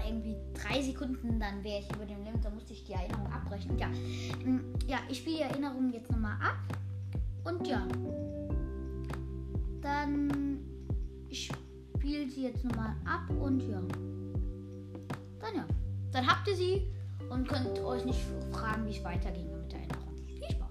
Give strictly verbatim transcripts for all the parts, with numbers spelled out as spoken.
waren irgendwie drei Sekunden, dann wäre ich über dem Limit, dann musste ich die Erinnerung abbrechen. Und ja, ähm, ja, ich spiele die Erinnerung jetzt nochmal ab. Und ja, dann ich spiele sie jetzt nochmal ab und ja. Dann ja. Dann habt ihr sie und könnt euch nicht fragen, wie es weiterging mit der Erinnerung. Viel Spaß.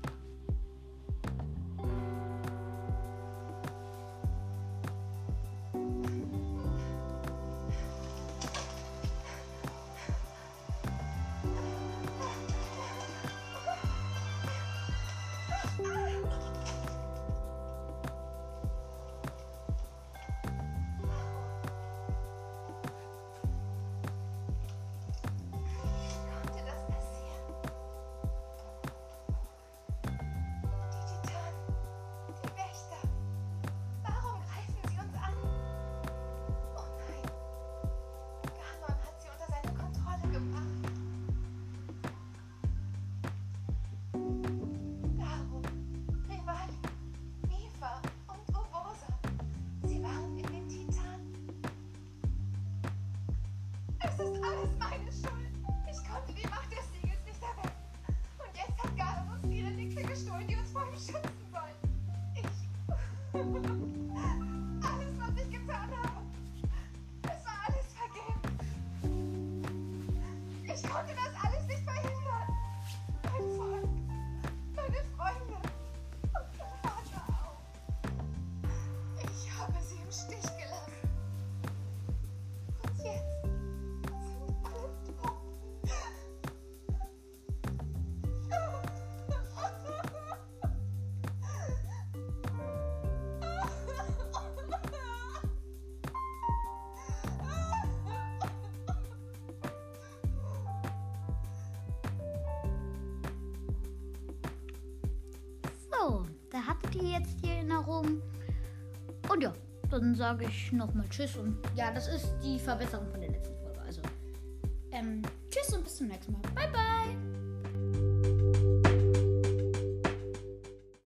Alles, was ich getan habe, es war alles vergeben. Ich konnte das alles nicht verhindern. Mein Volk, meine Freunde und mein Vater auch. Ich habe sie im Stich gelassen. Und jetzt sind alle tot. So, da habt ihr jetzt die Erinnerung. Und ja, dann sage ich nochmal Tschüss. Und ja, das ist die Verbesserung von der letzten Folge. Also, ähm, Tschüss und bis zum nächsten Mal. Bye, bye.